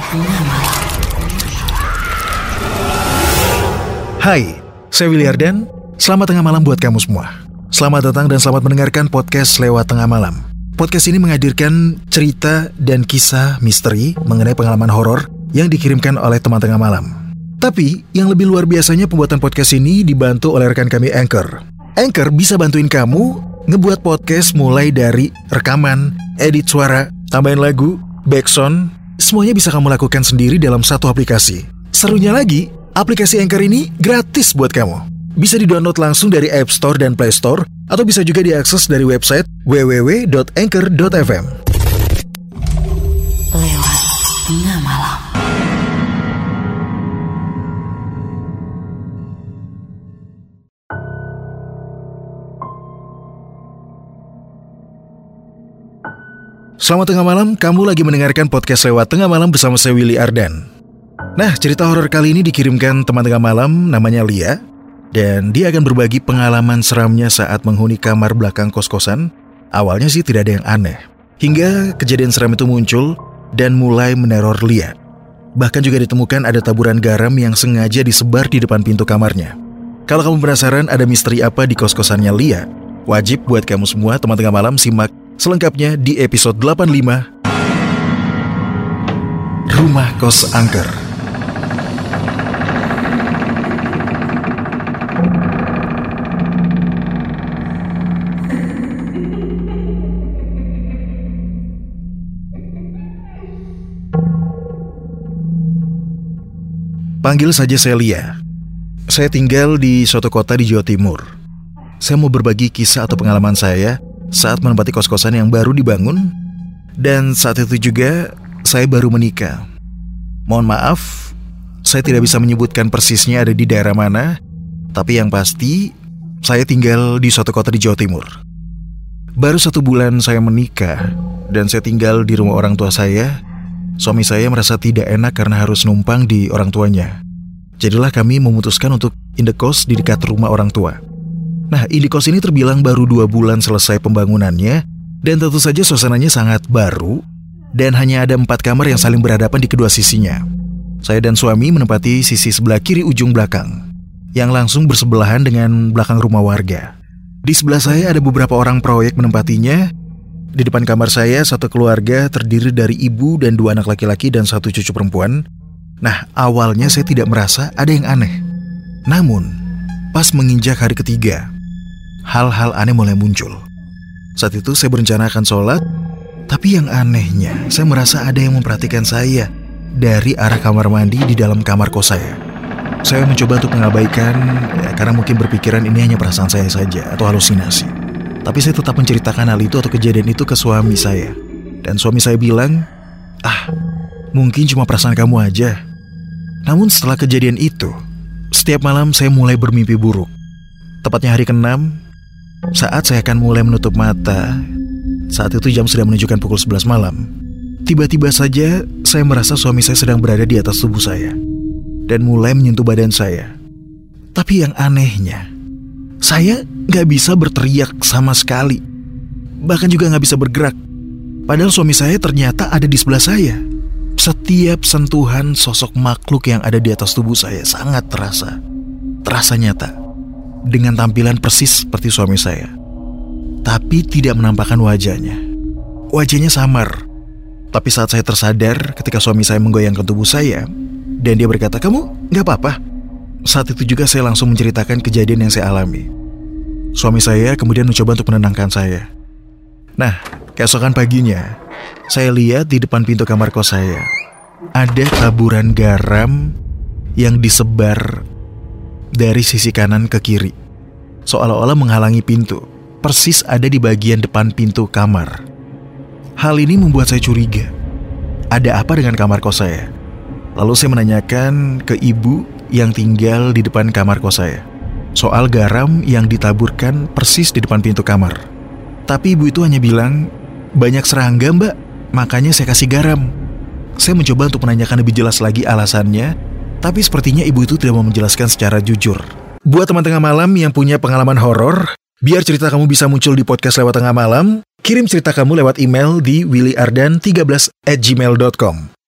Tengah Malam. Hai, saya Willy Ardan. Selamat tengah malam buat kamu semua. Selamat datang dan selamat mendengarkan podcast Lewat Tengah Malam. Podcast ini menghadirkan cerita dan kisah misteri mengenai pengalaman horor yang dikirimkan oleh teman tengah malam. Tapi, yang lebih luar biasanya pembuatan podcast ini dibantu oleh rekan kami Anchor. Anchor bisa bantuin kamu ngebuat podcast mulai dari rekaman, edit suara, tambahin lagu, backsound, semuanya bisa kamu lakukan sendiri dalam satu aplikasi. Serunya lagi, aplikasi Anchor ini gratis buat kamu. Bisa di-download langsung dari App Store dan Play Store, atau bisa juga diakses dari website www.anchor.fm. Lewat Tengah Malam. Selamat tengah malam, kamu lagi mendengarkan podcast Lewat Tengah Malam bersama saya Willy Ardan. Nah, cerita horor kali ini dikirimkan teman tengah malam namanya Lia. Dan dia akan berbagi pengalaman seramnya saat menghuni kamar belakang kos-kosan. Awalnya sih tidak ada yang aneh, hingga kejadian seram itu muncul dan mulai meneror Lia. Bahkan juga ditemukan ada taburan garam yang sengaja disebar di depan pintu kamarnya. Kalau kamu penasaran ada misteri apa di kos-kosannya Lia, wajib buat kamu semua teman tengah malam simak selengkapnya di episode 85 Rumah Kos Angker. Panggil saja saya Lia. Saya tinggal di suatu kota di Jawa Timur. Saya mau berbagi kisah atau pengalaman saya saat menempati kos-kosan yang baru dibangun. Dan saat itu juga saya baru menikah. Mohon maaf, saya tidak bisa menyebutkan persisnya ada di daerah mana. Tapi yang pasti, saya tinggal di suatu kota di Jawa Timur. Baru 1 bulan saya menikah dan saya tinggal di rumah orang tua saya. Suami saya merasa tidak enak karena harus numpang di orang tuanya. Jadilah kami memutuskan untuk indekos di dekat rumah orang tua. Nah, indekos ini terbilang baru 2 bulan selesai pembangunannya. Dan tentu saja suasananya sangat baru. Dan hanya ada 4 kamar yang saling berhadapan di kedua sisinya. Saya dan suami menempati sisi sebelah kiri ujung belakang, yang langsung bersebelahan dengan belakang rumah warga. Di sebelah saya ada beberapa orang proyek menempatinya. Di depan kamar saya, satu keluarga terdiri dari ibu dan 2 anak laki-laki dan 1 cucu perempuan. Nah, awalnya saya tidak merasa ada yang aneh. Namun, pas menginjak hari ketiga, hal-hal aneh mulai muncul. Saat itu saya berencana akan sholat, tapi yang anehnya, saya merasa ada yang memperhatikan saya dari arah kamar mandi di dalam kamar kos saya. Saya mencoba untuk mengabaikan, karena mungkin berpikiran ini hanya perasaan saya saja atau halusinasi. Tapi saya tetap menceritakan hal itu atau kejadian itu ke suami saya. Dan suami saya bilang, mungkin cuma perasaan kamu aja. Namun setelah kejadian itu, setiap malam saya mulai bermimpi buruk. Tepatnya hari ke-6, saat saya akan mulai menutup mata. Saat itu jam sudah menunjukkan pukul 11 malam. Tiba-tiba saja saya merasa suami saya sedang berada di atas tubuh saya dan mulai menyentuh badan saya. Tapi yang anehnya, saya gak bisa berteriak sama sekali. Bahkan juga gak bisa bergerak. Padahal suami saya ternyata ada di sebelah saya. Setiap sentuhan sosok makhluk yang ada di atas tubuh saya sangat terasa. Terasa nyata. Dengan tampilan persis seperti suami saya. Tapi tidak menampakkan wajahnya. Wajahnya samar. Tapi saat saya tersadar ketika suami saya menggoyangkan tubuh saya, dan dia berkata, "Kamu gak apa-apa?" Saat itu juga saya langsung menceritakan kejadian yang saya alami. Suami saya kemudian mencoba untuk menenangkan saya. Nah, keesokan paginya, saya lihat di depan pintu kamar kos saya ada taburan garam yang disebar dari sisi kanan ke kiri, seolah-olah menghalangi pintu, persis ada di bagian depan pintu kamar. Hal ini membuat saya curiga. Ada apa dengan kamar kos saya? Lalu saya menanyakan ke ibu yang tinggal di depan kamar kos saya soal garam yang ditaburkan persis di depan pintu kamar. Tapi ibu itu hanya bilang, "Banyak serangga, Mbak, makanya saya kasih garam." Saya mencoba untuk menanyakan lebih jelas lagi alasannya, tapi sepertinya ibu itu tidak mau menjelaskan secara jujur. Buat teman tengah malam yang punya pengalaman horor, biar cerita kamu bisa muncul di podcast Lewat Tengah Malam, kirim cerita kamu lewat email di willyardan13@gmail.com.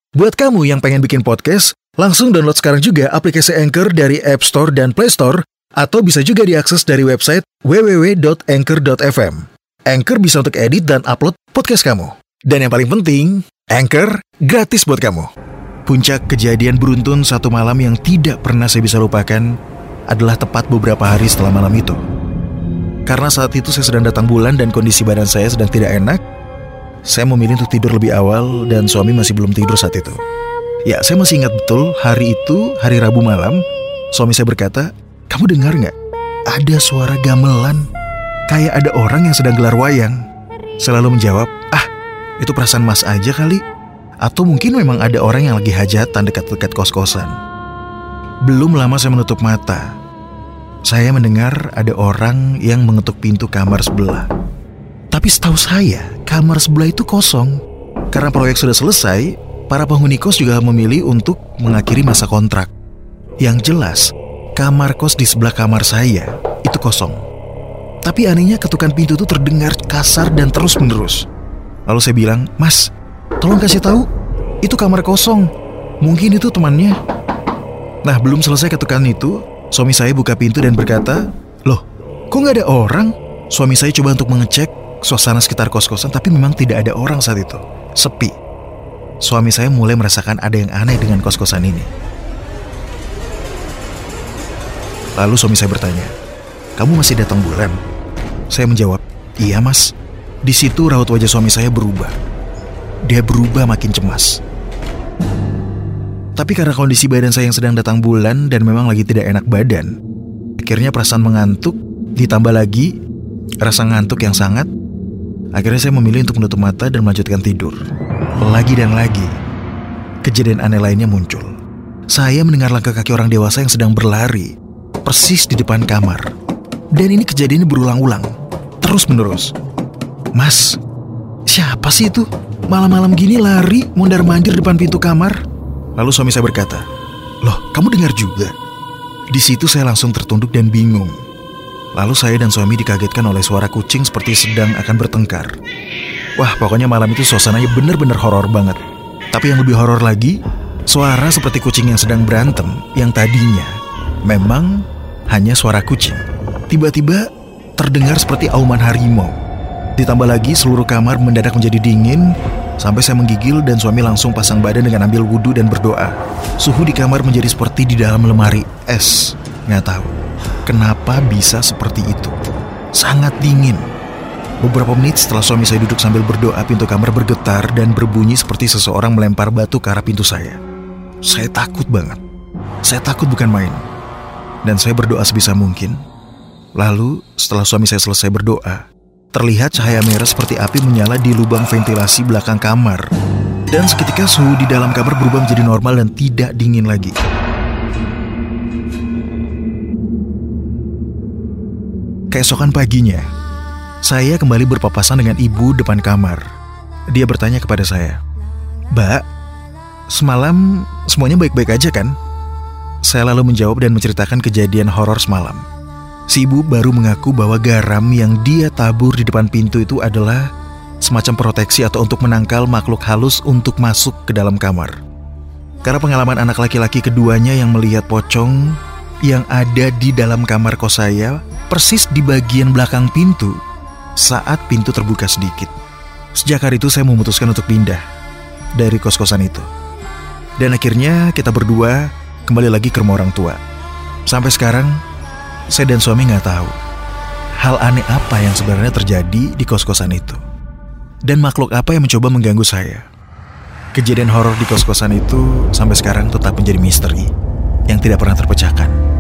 Buat kamu yang pengen bikin podcast, langsung download sekarang juga aplikasi Anchor dari App Store dan Play Store, atau bisa juga diakses dari website www.anchor.fm. Anchor bisa untuk edit dan upload podcast kamu. Dan yang paling penting, Anchor gratis buat kamu. Puncak kejadian beruntun satu malam yang tidak pernah saya bisa lupakan adalah tepat beberapa hari setelah malam itu. Karena saat itu saya sedang datang bulan dan kondisi badan saya sedang tidak enak, saya memilih untuk tidur lebih awal dan suami masih belum tidur saat itu. Ya, saya masih ingat betul hari itu, hari Rabu malam, suami saya berkata, "Kamu dengar gak? Ada suara gamelan, kayak ada orang yang sedang gelar wayang." Saya lalu menjawab, itu perasaan mas aja kali. Atau mungkin memang ada orang yang lagi hajatan dekat-dekat kos-kosan. Belum lama saya menutup mata, saya mendengar ada orang yang mengetuk pintu kamar sebelah. Tapi setahu saya, kamar sebelah itu kosong. Karena proyek sudah selesai, para penghuni kos juga memilih untuk mengakhiri masa kontrak. Yang jelas, kamar kos di sebelah kamar saya itu kosong. Tapi anehnya ketukan pintu itu terdengar kasar dan terus-menerus. Lalu saya bilang, "Mas, tolong kasih tahu, itu kamar kosong. Mungkin itu temannya." Nah, belum selesai ketukan itu, suami saya buka pintu dan berkata, "Loh, kok nggak ada orang?" Suami saya coba untuk mengecek suasana sekitar kos-kosan, tapi memang tidak ada orang saat itu. Sepi. Suami saya mulai merasakan ada yang aneh dengan kos-kosan ini. Lalu suami saya bertanya, "Kamu masih datang bulan?" Saya menjawab, "Iya mas." Di situ raut wajah suami saya berubah. Dia berubah makin cemas. Tapi karena kondisi badan saya yang sedang datang bulan dan memang lagi tidak enak badan, akhirnya perasaan mengantuk ditambah lagi rasa ngantuk yang sangat. Akhirnya saya memilih untuk menutup mata dan melanjutkan tidur. Lagi dan lagi, kejadian aneh lainnya muncul. Saya mendengar langkah kaki orang dewasa yang sedang berlari, persis di depan kamar. Dan ini kejadiannya berulang-ulang, terus-menerus. "Mas, siapa sih itu? Malam-malam gini lari, mondar-mandir depan pintu kamar?" Lalu suami saya berkata, "Loh, kamu dengar juga?" Di situ saya langsung tertunduk dan bingung. Lalu saya dan suami dikagetkan oleh suara kucing seperti sedang akan bertengkar. Wah, pokoknya malam itu suasananya benar-benar horor banget. Tapi yang lebih horor lagi, suara seperti kucing yang sedang berantem, yang tadinya memang hanya suara kucing, tiba-tiba terdengar seperti auman harimau. Ditambah lagi seluruh kamar mendadak menjadi dingin, sampai saya menggigil dan suami langsung pasang badan dengan ambil wudhu dan berdoa. Suhu di kamar menjadi seperti di dalam lemari es. Nggak tahu kenapa bisa seperti itu. Sangat dingin. Beberapa menit setelah suami saya duduk sambil berdoa, pintu kamar bergetar dan berbunyi seperti seseorang melempar batu ke arah pintu saya. Saya takut banget. Saya takut bukan main. Dan saya berdoa sebisa mungkin. Lalu setelah suami saya selesai berdoa, terlihat cahaya merah seperti api menyala di lubang ventilasi belakang kamar. Dan seketika suhu di dalam kamar berubah menjadi normal dan tidak dingin lagi. Keesokan paginya, saya kembali berpapasan dengan ibu depan kamar. Dia bertanya kepada saya, "Mbak, semalam semuanya baik-baik aja kan?" Saya lalu menjawab dan menceritakan kejadian horor semalam. Si ibu baru mengaku bahwa garam yang dia tabur di depan pintu itu adalah semacam proteksi atau untuk menangkal makhluk halus untuk masuk ke dalam kamar. Karena pengalaman anak laki-laki keduanya yang melihat pocong yang ada di dalam kamar kos saya persis di bagian belakang pintu saat pintu terbuka sedikit. Sejak hari itu saya memutuskan untuk pindah dari kos-kosan itu. Dan akhirnya kita berdua kembali lagi ke rumah orang tua. Sampai sekarang saya dan suami gak tahu hal aneh apa yang sebenarnya terjadi di kos-kosan itu. Dan makhluk apa yang mencoba mengganggu saya. Kejadian horor di kos-kosan itu sampai sekarang tetap menjadi misteri yang tidak pernah terpecahkan.